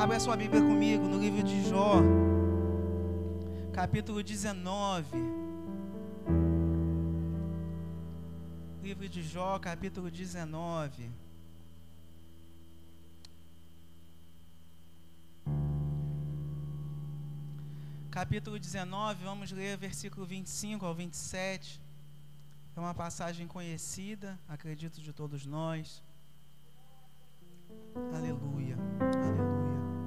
Abra sua Bíblia comigo no livro de Jó, capítulo 19. Livro de Jó, capítulo 19. Capítulo 19, vamos ler versículo 25 ao 27. É uma passagem conhecida, acredito, de todos nós. Aleluia, aleluia.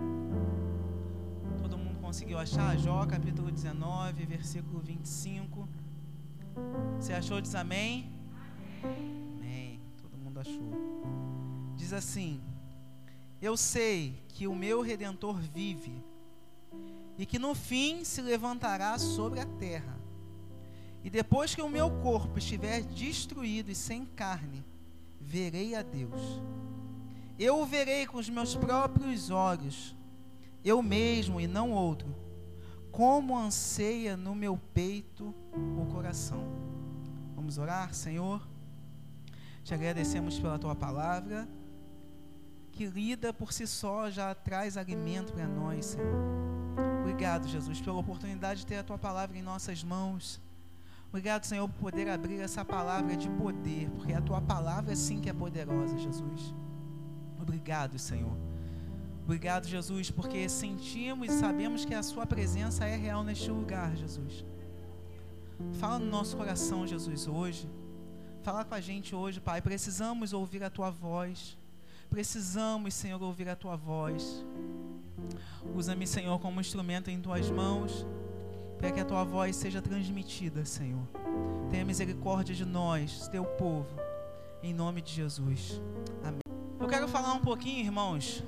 Todo mundo conseguiu achar? Jó, capítulo 19, versículo 25. Você achou? Diz amém? Amém. Todo mundo achou. Diz assim: eu sei que o meu Redentor vive, e que no fim se levantará sobre a terra. E depois que o meu corpo estiver destruído e sem carne, verei a Deus. Eu o verei com os meus próprios olhos, eu mesmo e não outro, como anseia no meu peito o coração. Vamos orar? Senhor, te agradecemos pela tua palavra, que lida por si só já traz alimento para nós, Senhor. Obrigado, Jesus, pela oportunidade de ter a tua palavra em nossas mãos. Obrigado, Senhor, por poder abrir essa palavra de poder, porque a tua palavra sim que é poderosa, Jesus. Obrigado, Senhor. Obrigado, Jesus, porque sentimos e sabemos que a sua presença é real neste lugar, Jesus. Fala no nosso coração, Jesus, hoje. Fala com a gente hoje, Pai. Precisamos ouvir a tua voz. Precisamos, Senhor, ouvir a tua voz. Usa-me, Senhor, como instrumento em tuas mãos, para que a tua voz seja transmitida, Senhor. Tenha misericórdia de nós, teu povo, em nome de Jesus. Amém. Eu quero falar um pouquinho, irmãos,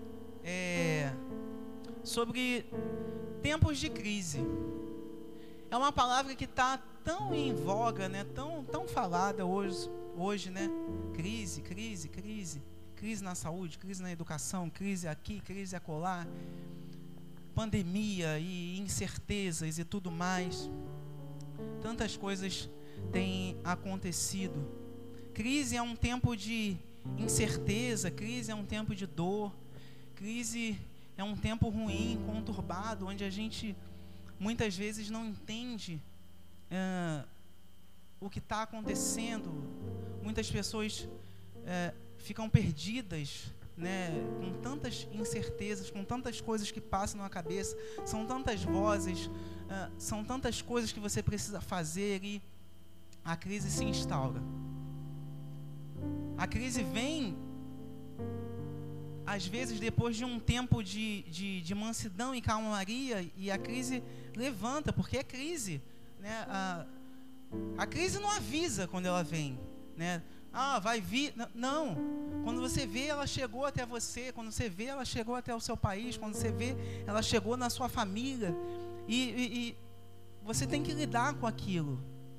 sobre tempos de crise. É uma palavra que está tão em voga, né? Tão falada hoje, né? Crise. Crise na saúde, crise na educação, crise aqui, crise acolá, pandemia e incertezas e tudo mais. Tantas coisas têm acontecido. Crise é um tempo de incerteza, crise é um tempo de dor, crise é um tempo ruim, conturbado, onde a gente muitas vezes não entende o que está acontecendo. Muitas pessoas ficam perdidas, né, com tantas incertezas, com tantas coisas que passam na cabeça, são tantas vozes, são tantas coisas que você precisa fazer, e a crise se instaura. A crise vem, às vezes, depois de um tempo de mansidão e calmaria, e a crise levanta, porque é crise, né? A crise não avisa quando ela vem, né? Vai vir. Não. Quando você vê, ela chegou até você. Quando você vê, ela chegou até o seu país. Quando você vê, ela chegou na sua família. E você tem que lidar com aquilo.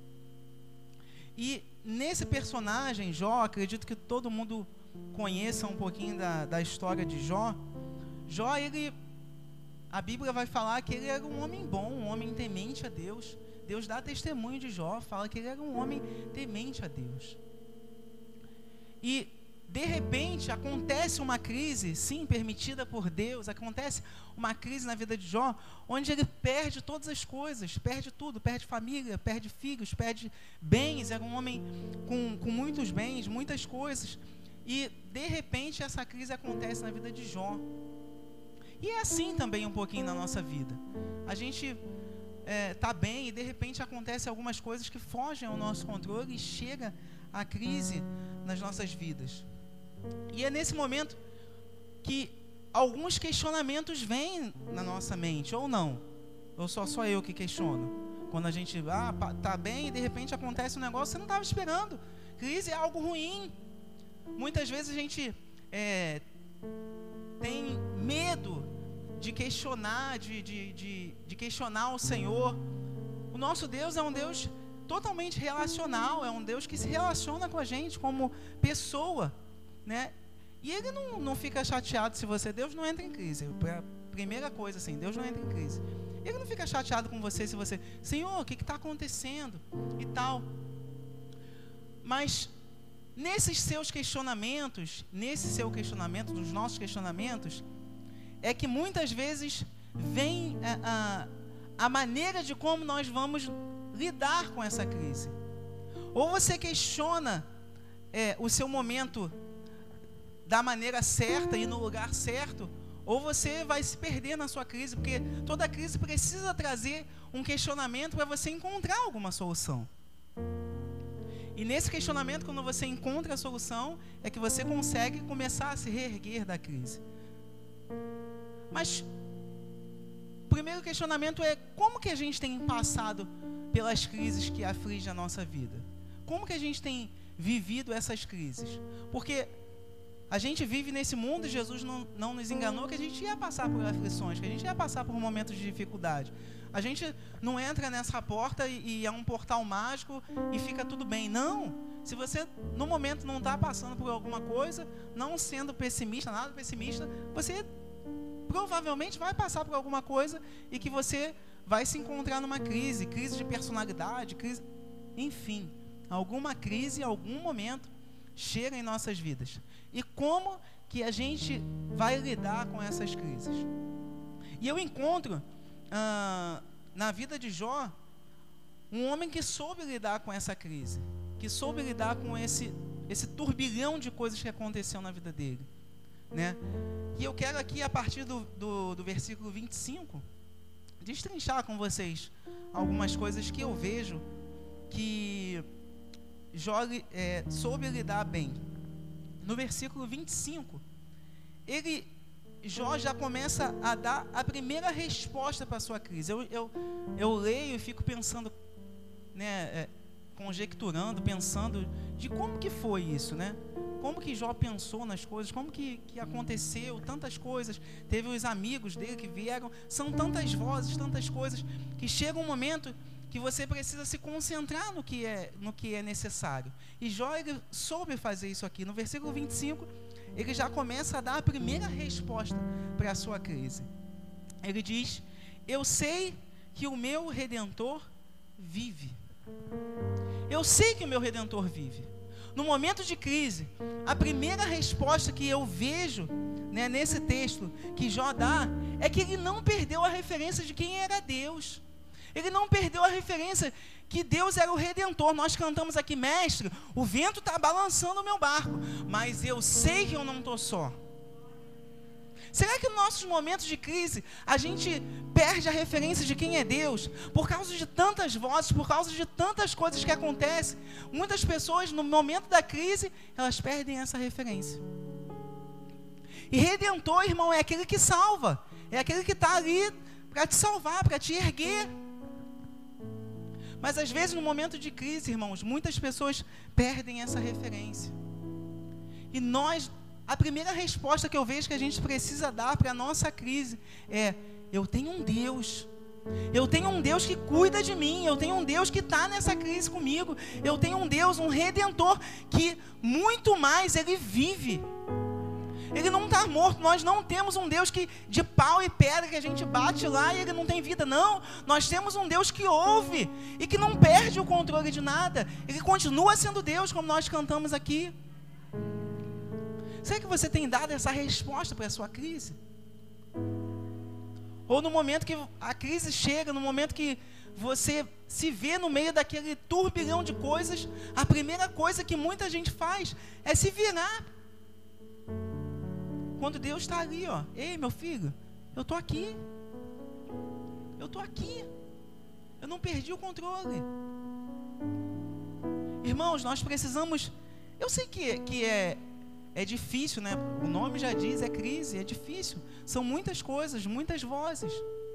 E nesse personagem, Jó, acredito que todo mundo conheça um pouquinho da história de Jó. Jó, a Bíblia vai falar que ele era um homem bom, um homem temente a Deus. Deus dá testemunho de Jó, fala que ele era um homem temente a Deus. E, de repente, acontece uma crise, sim, permitida por Deus, acontece uma crise na vida de Jó, onde ele perde todas as coisas, perde tudo, perde família, perde filhos, perde bens, era um homem com muitos bens, muitas coisas, e, de repente, essa crise acontece na vida de Jó. E é assim também um pouquinho na nossa vida. A gente está bem e, de repente, acontecem algumas coisas que fogem ao nosso controle e chega a crise nas nossas vidas. E é nesse momento que alguns questionamentos vêm na nossa mente, ou não? Ou só eu que questiono? Quando a gente tá bem e de repente acontece um negócio que você não estava esperando. Crise é algo ruim. Muitas vezes a gente tem medo de questionar, de questionar o Senhor. O nosso Deus é um Deus totalmente relacional, é um Deus que se relaciona com a gente como pessoa, né? E ele não fica chateado se você... Deus não entra em crise. Primeira coisa, assim, Deus não entra em crise. Ele não fica chateado com você se você... Senhor, o que está acontecendo? E tal. Mas nesses seus questionamentos, nesse seu questionamento, nos nossos questionamentos, é que muitas vezes vem a maneira de como nós vamos lidar com essa crise. Ou você questiona o seu momento da maneira certa e no lugar certo, ou você vai se perder na sua crise, porque toda crise precisa trazer um questionamento para você encontrar alguma solução. E nesse questionamento, quando você encontra a solução, é que você consegue começar a se reerguer da crise. Mas o primeiro questionamento é: como que a gente tem passado pelas crises que afligem a nossa vida? Como que a gente tem vivido essas crises? Porque a gente vive nesse mundo e Jesus não nos enganou que a gente ia passar por aflições, que a gente ia passar por momentos de dificuldade. A gente não entra nessa porta e é um portal mágico e fica tudo bem. Não! Se você no momento não está passando por alguma coisa, não sendo pessimista, nada pessimista, você provavelmente vai passar por alguma coisa e que você vai se encontrar numa crise de personalidade, crise, enfim, alguma crise em algum momento chega em nossas vidas. E como que a gente vai lidar com essas crises? E eu encontro na vida de Jó um homem que soube lidar com essa crise, que soube lidar com esse turbilhão de coisas que aconteceu na vida dele, né? E eu quero aqui, a partir do versículo 25, destrinchar com vocês algumas coisas que eu vejo que Jó soube lidar bem. No versículo 25, Jó já começa a dar a primeira resposta para a sua crise. Eu leio e fico pensando, né, conjecturando, pensando de como que foi isso, né? Como que Jó pensou nas coisas, como que aconteceu, tantas coisas. Teve os amigos dele que vieram, são tantas vozes, tantas coisas, que chega um momento que você precisa se concentrar no que é necessário. E Jó, ele soube fazer isso aqui. No versículo 25, ele já começa a dar a primeira resposta para a sua crise. Ele diz: eu sei que o meu Redentor vive. Eu sei que o meu Redentor vive. No momento de crise, a primeira resposta que eu vejo, né, nesse texto que Jó dá, é que ele não perdeu a referência de quem era Deus. Ele não perdeu a referência que Deus era o Redentor. Nós cantamos aqui: mestre, o vento está balançando o meu barco, mas eu sei que eu não estou só. Será que nos nossos momentos de crise a gente perde a referência de quem é Deus? Por causa de tantas vozes, por causa de tantas coisas que acontecem, muitas pessoas no momento da crise, elas perdem essa referência. E Redentor, irmão, é aquele que salva, é aquele que está ali para te salvar, para te erguer. Mas às vezes no momento de crise, irmãos, muitas pessoas perdem essa referência. E a primeira resposta que eu vejo que a gente precisa dar para a nossa crise é: eu tenho um Deus. Eu tenho um Deus que cuida de mim. Eu tenho um Deus que está nessa crise comigo. Eu tenho um Deus, um Redentor, que muito mais, Ele vive. Ele não está morto. Nós não temos um Deus de pau e pedra que a gente bate lá e Ele não tem vida. Não, nós temos um Deus que ouve e que não perde o controle de nada. Ele continua sendo Deus, como nós cantamos aqui. Será que você tem dado essa resposta para a sua crise? Ou no momento que a crise chega, no momento que você se vê no meio daquele turbilhão de coisas, a primeira coisa que muita gente faz é se virar. Quando Deus está ali, ó: ei, meu filho, eu estou aqui. Eu estou aqui. Eu não perdi o controle. Irmãos, nós precisamos... Eu sei que é difícil, né? O nome já diz, é crise, é difícil. São muitas coisas, muitas vozes.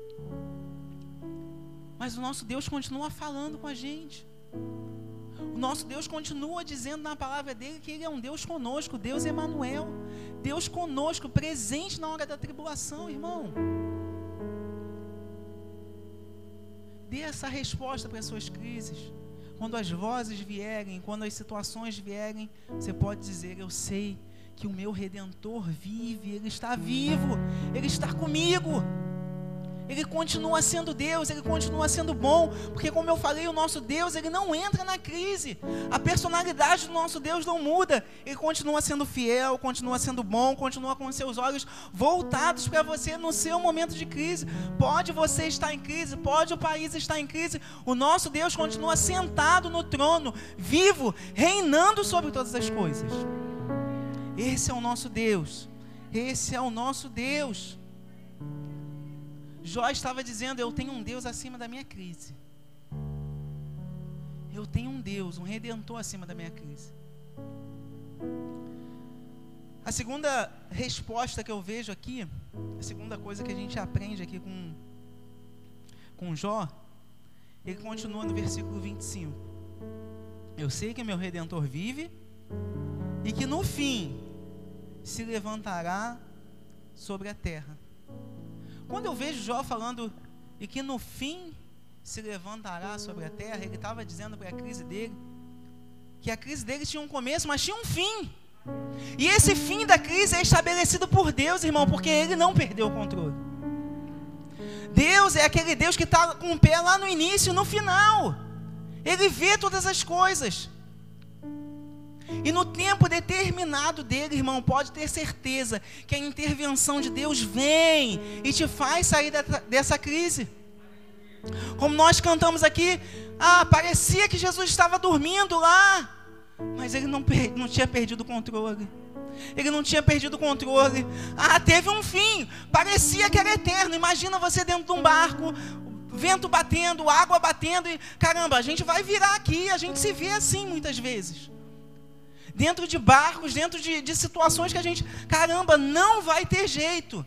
Mas o nosso Deus continua falando com a gente. O nosso Deus continua dizendo na palavra dele que Ele é um Deus conosco, Deus Emanuel. Deus conosco, presente na hora da tribulação, irmão. Dê essa resposta para as suas crises. Quando as vozes vierem, quando as situações vierem, você pode dizer: eu sei que o meu Redentor vive, Ele está vivo, Ele está comigo, Ele continua sendo Deus, Ele continua sendo bom, porque como eu falei, o nosso Deus, Ele não entra na crise, a personalidade do nosso Deus não muda, Ele continua sendo fiel, continua sendo bom, continua com seus olhos voltados para você no seu momento de crise. Pode você estar em crise, pode o país estar em crise, o nosso Deus continua sentado no trono, vivo, reinando sobre todas as coisas. Esse é o nosso Deus, esse é o nosso Deus. Jó estava dizendo: eu tenho um Deus acima da minha crise. Eu tenho um Deus, um Redentor acima da minha crise. A segunda resposta que eu vejo aqui, a segunda coisa que a gente aprende aqui com Jó, ele continua no versículo 25. Eu sei que meu Redentor vive e que no fim se levantará sobre a terra. Quando eu vejo Jó falando e que no fim se levantará sobre a terra, ele estava dizendo para a crise dele que a crise dele tinha um começo, mas tinha um fim. E esse fim da crise é estabelecido por Deus, irmão, porque Ele não perdeu o controle. Deus é aquele Deus que está com o pé lá no início e no final. Ele vê todas as coisas. E no tempo determinado dele, irmão, pode ter certeza que a intervenção de Deus vem e te faz sair dessa crise. Como nós cantamos aqui, parecia que Jesus estava dormindo lá, mas ele não tinha perdido o controle. Ele não tinha perdido o controle. Teve um fim, parecia que era eterno. Imagina você dentro de um barco, vento batendo, água batendo, e caramba, a gente vai virar aqui. A gente se vê assim muitas vezes, dentro de barcos, dentro de situações que a gente, caramba, não vai ter jeito.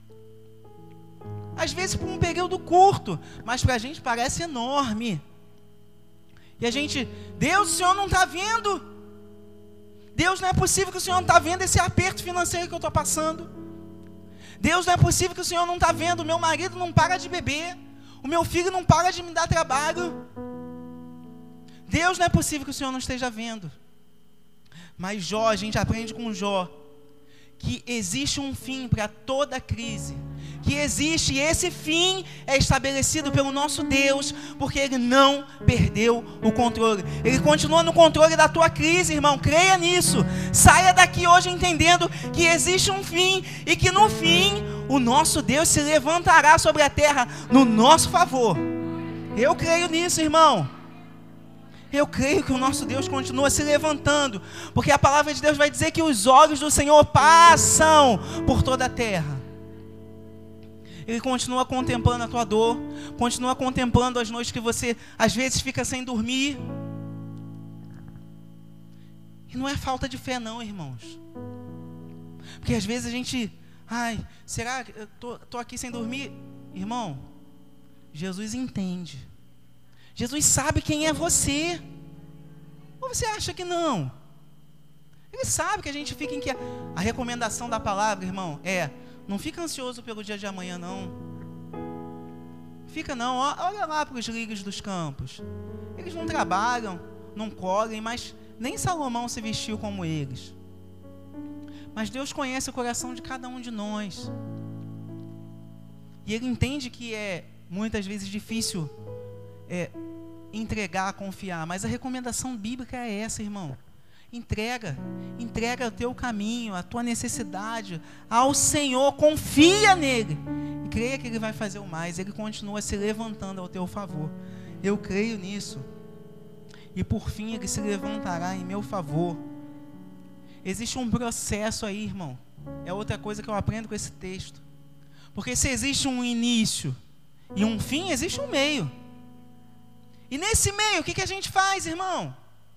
Às vezes por um período curto, mas para a gente parece enorme. E a gente: Deus, o Senhor não está vendo? Deus, não é possível que o Senhor não está vendo esse aperto financeiro que eu estou passando. Deus, não é possível que o Senhor não está vendo, o meu marido não para de beber, o meu filho não para de me dar trabalho. Deus, não é possível que o Senhor não esteja vendo. Mas Jó, a gente aprende com Jó que existe um fim para toda crise, que existe, e esse fim é estabelecido pelo nosso Deus, porque Ele não perdeu o controle. Ele continua no controle da tua crise, irmão, creia nisso. Saia daqui hoje entendendo que existe um fim, e que no fim o nosso Deus se levantará sobre a terra no nosso favor. Eu creio nisso, irmão. Eu creio que o nosso Deus continua se levantando, porque a palavra de Deus vai dizer que os olhos do Senhor passam por toda a terra. Ele continua contemplando a tua dor, continua contemplando as noites que você às vezes fica sem dormir. E não é falta de fé não, irmãos. Porque às vezes a gente, será que eu tô aqui sem dormir? Irmão, Jesus entende. Jesus sabe quem é você. Ou você acha que não? Ele sabe que a gente fica inquieto. A recomendação da palavra, irmão, não fica ansioso pelo dia de amanhã, não. Fica não, olha lá para os lírios dos campos. Eles não trabalham, não colhem, mas nem Salomão se vestiu como eles. Mas Deus conhece o coração de cada um de nós. E Ele entende que é muitas vezes difícil entregar, confiar, mas a recomendação bíblica é essa, irmão. Entrega o teu caminho, a tua necessidade ao Senhor, confia nele e creia que Ele vai fazer o mais. Ele continua se levantando ao teu favor. Eu creio nisso. E por fim Ele se levantará em meu favor. Existe um processo aí, irmão. É outra coisa que eu aprendo com esse texto. Porque se existe um início e um fim, existe um meio. E nesse meio, o que a gente faz, irmão?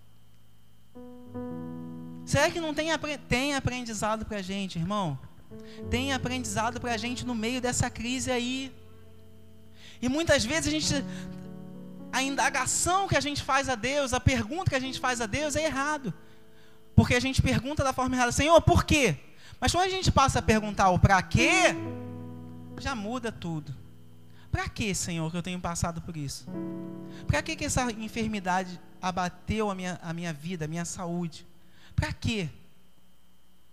Será que não tem aprendizado para a gente, irmão? Tem aprendizado para a gente no meio dessa crise aí. E muitas vezes a indagação que a gente faz a Deus, a pergunta que a gente faz a Deus é errado. Porque a gente pergunta da forma errada: Senhor, por quê? Mas quando a gente passa a perguntar o para quê, já muda tudo. Para que, Senhor, que eu tenho passado por isso? Para que essa enfermidade abateu a minha vida, a minha saúde? Para quê?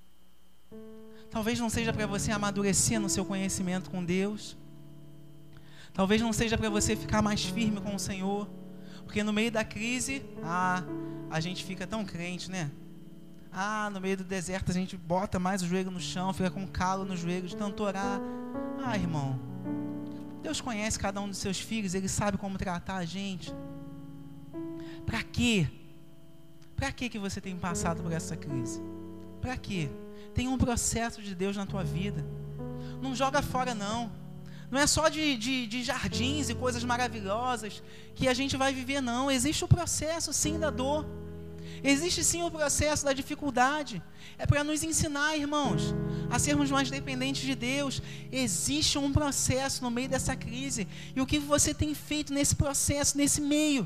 Talvez não seja para você amadurecer no seu conhecimento com Deus. Talvez não seja para você ficar mais firme com o Senhor, porque no meio da crise, a gente fica tão crente, né? No meio do deserto a gente bota mais o joelho no chão, fica com calo no joelho de tanto orar. Irmão, Deus conhece cada um dos seus filhos, Ele sabe como tratar a gente. Para quê? Para que você tem passado por essa crise? Para quê? Tem um processo de Deus na tua vida. Não joga fora, não. Não é só de jardins e coisas maravilhosas que a gente vai viver, não. Existe o processo, sim, da dor. Existe, sim, o processo da dificuldade. É para nos ensinar, irmãos, a sermos mais dependentes de Deus. Existe um processo no meio dessa crise. E o que você tem feito nesse processo, nesse meio?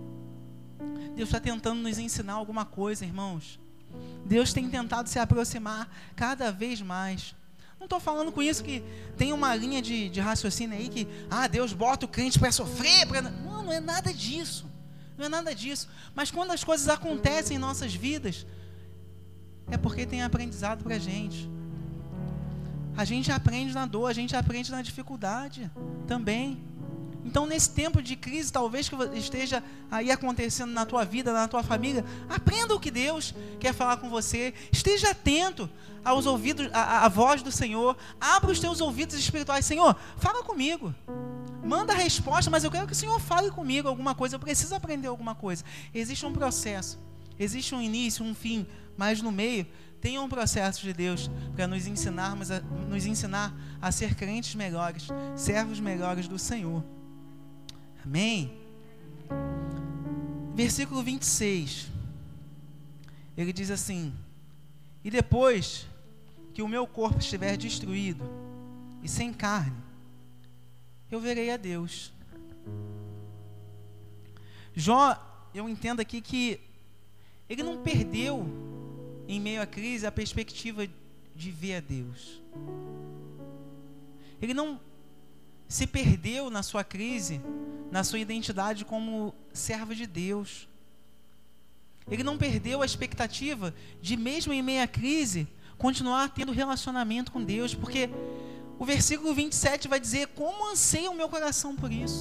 Deus está tentando nos ensinar alguma coisa, irmãos. Deus tem tentado se aproximar cada vez mais. Não estou falando com isso que tem uma linha de raciocínio aí que Deus bota o crente para sofrer. Não é nada disso. Não é nada disso. Mas quando as coisas acontecem em nossas vidas, é porque tem aprendizado para a gente. A gente aprende na dor, a gente aprende na dificuldade também. Então, nesse tempo de crise, talvez que esteja aí acontecendo na tua vida, na tua família, aprenda o que Deus quer falar com você. Esteja atento aos ouvidos, à voz do Senhor. Abra os teus ouvidos espirituais. Senhor, fala comigo. Manda a resposta, mas eu quero que o Senhor fale comigo alguma coisa. Eu preciso aprender alguma coisa. Existe um processo, existe um início, um fim, mas no meio tem um processo de Deus para nos ensinar a ser crentes melhores, servos melhores do Senhor. Amém? Versículo 26. Ele diz assim: e depois que o meu corpo estiver destruído e sem carne, eu verei a Deus. Jó, eu entendo aqui que ele não perdeu, em meio à crise, a perspectiva de ver a Deus. Ele não se perdeu na sua crise, na sua identidade como servo de Deus. Ele não perdeu a expectativa de, mesmo em meio à crise, continuar tendo relacionamento com Deus, porque o versículo 27 vai dizer: como anseia o meu coração por isso.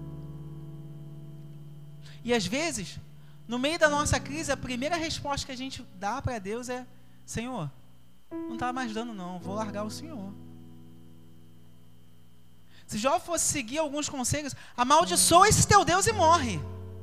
E às vezes, no meio da nossa crise, a primeira resposta que a gente dá para Deus é: Senhor, não está mais dando não, vou largar o Senhor. Se Jó fosse seguir alguns conselhos, amaldiçoa esse teu Deus e morre.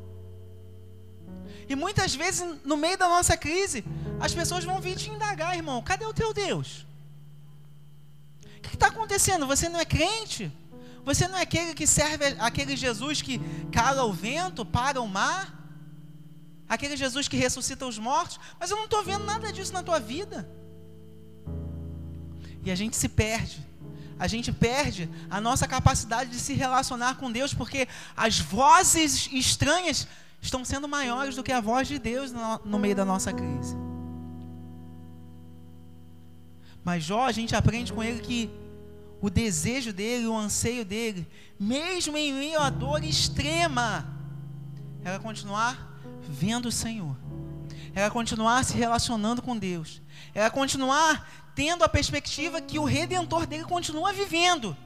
E muitas vezes, no meio da nossa crise, as pessoas vão vir te indagar: irmão, cadê o teu Deus? O que está acontecendo? Você não é crente? Você não é aquele que serve aquele Jesus que cala o vento, para o mar? Aquele Jesus que ressuscita os mortos? Mas eu não estou vendo nada disso na tua vida. E a gente se perde. A gente perde a nossa capacidade de se relacionar com Deus, porque as vozes estranhas estão sendo maiores do que a voz de Deus no meio da nossa crise. Mas Jó, a gente aprende com ele que o desejo dele, o anseio dele, mesmo em meio à dor extrema, era continuar vendo o Senhor, era continuar se relacionando com Deus, era continuar tendo a perspectiva que o Redentor dele continua vivendo.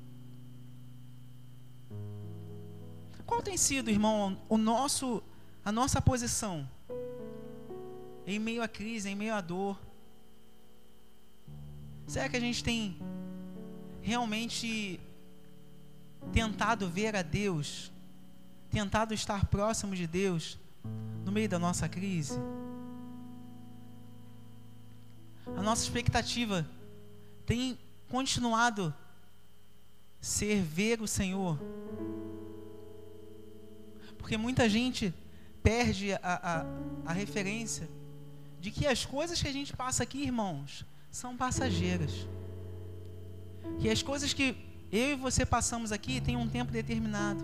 Qual tem sido, irmão, a nossa posição em meio à crise, em meio à dor? Será que a gente tem realmente tentado ver a Deus, tentado estar próximo de Deus no meio da nossa crise? A nossa expectativa tem continuado ser ver o Senhor? Porque muita gente perde a referência de que as coisas que a gente passa aqui, irmãos, são passageiras. Que as coisas que eu e você passamos aqui têm um tempo determinado.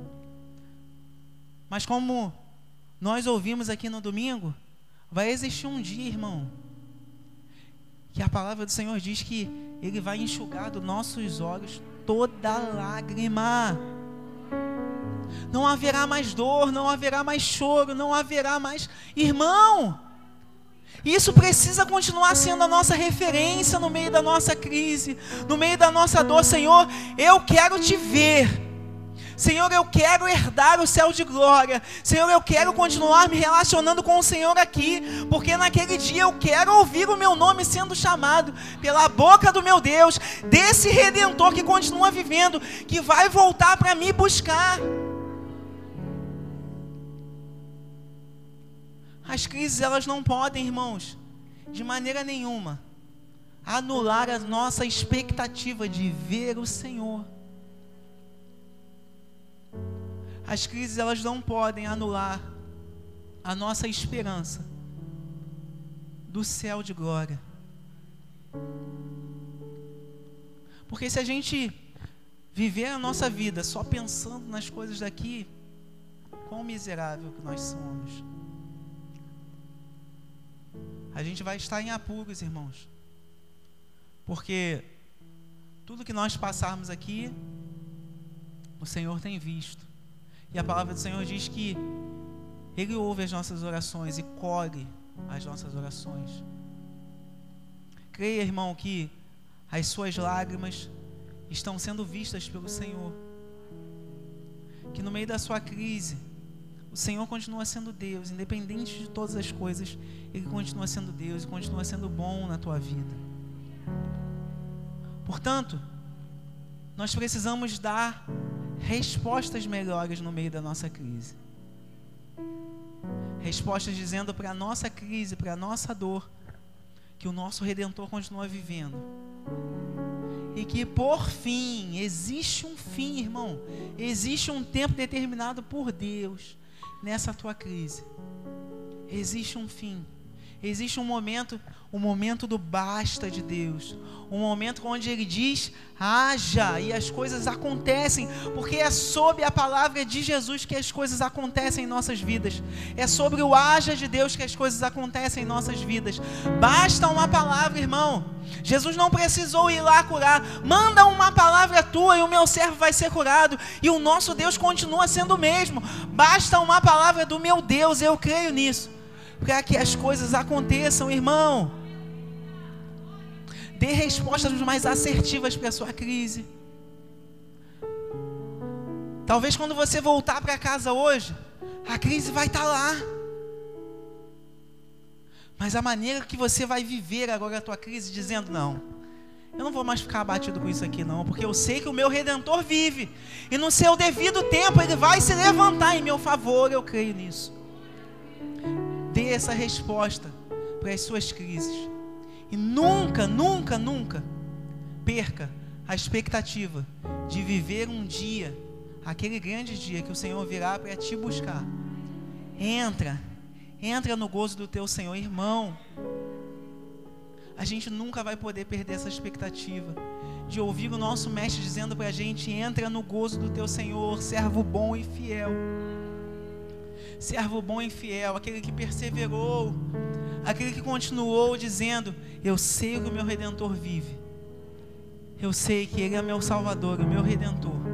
Mas como nós ouvimos aqui no domingo, vai existir um dia, irmão, que a palavra do Senhor diz que Ele vai enxugar dos nossos olhos toda lágrima. Não haverá mais dor, não haverá mais choro, não haverá mais... Irmão, Isso precisa continuar sendo a nossa referência no meio da nossa crise, no meio da nossa dor. Senhor, eu quero te ver. Senhor, eu quero herdar o céu de glória. Senhor, eu quero continuar me relacionando com o Senhor aqui, porque naquele dia eu quero ouvir o meu nome sendo chamado pela boca do meu Deus, desse Redentor que continua vivendo, que vai voltar para me buscar. As crises, elas não podem, irmãos, de maneira nenhuma, anular a nossa expectativa de ver o Senhor. As crises, elas não podem anular a nossa esperança do céu de glória. Porque se a gente viver a nossa vida só pensando nas coisas daqui, quão miserável que nós somos. A gente vai estar em apuros, irmãos. Porque tudo que nós passarmos aqui, o Senhor tem visto. E a palavra do Senhor diz que Ele ouve as nossas orações e colhe as nossas orações. Creia, irmão, que as suas lágrimas estão sendo vistas pelo Senhor. Que no meio da sua crise, o Senhor continua sendo Deus, independente de todas as coisas. Ele continua sendo Deus e continua sendo bom na tua vida. Portanto, nós precisamos dar respostas melhores no meio da nossa crise. Respostas dizendo para a nossa crise, para a nossa dor, que o nosso Redentor continua vivendo. E que por fim, existe um fim, irmão. Existe um tempo determinado por Deus nessa tua crise. Existe um fim. Existe um momento do basta de Deus. Um momento onde Ele diz, haja, e as coisas acontecem, porque é sob a palavra de Jesus que as coisas acontecem em nossas vidas. É sobre o haja de Deus que as coisas acontecem em nossas vidas. Basta uma palavra, irmão. Jesus não precisou ir lá curar. Manda uma palavra tua e o meu servo vai ser curado. E o nosso Deus continua sendo o mesmo. Basta uma palavra do meu Deus, eu creio nisso, para que as coisas aconteçam, irmão. Dê respostas mais assertivas para a sua crise. Talvez quando você voltar para casa hoje, a crise vai estar lá. Mas a maneira que você vai viver agora a tua crise, dizendo, não, eu não vou mais ficar abatido com isso aqui não, porque eu sei que o meu Redentor vive. E no seu devido tempo Ele vai se levantar em meu favor, eu creio nisso. Dê essa resposta para as suas crises. E nunca, nunca, nunca perca a expectativa de viver um dia, aquele grande dia que o Senhor virá para te buscar. Entra no gozo do teu Senhor, irmão. A gente nunca vai poder perder essa expectativa de ouvir o nosso mestre dizendo para a gente, entra no gozo do teu Senhor, servo bom e fiel. Servo bom e fiel, aquele que perseverou, aquele que continuou dizendo, eu sei que o meu Redentor vive. Eu sei que Ele é meu Salvador, o meu Redentor.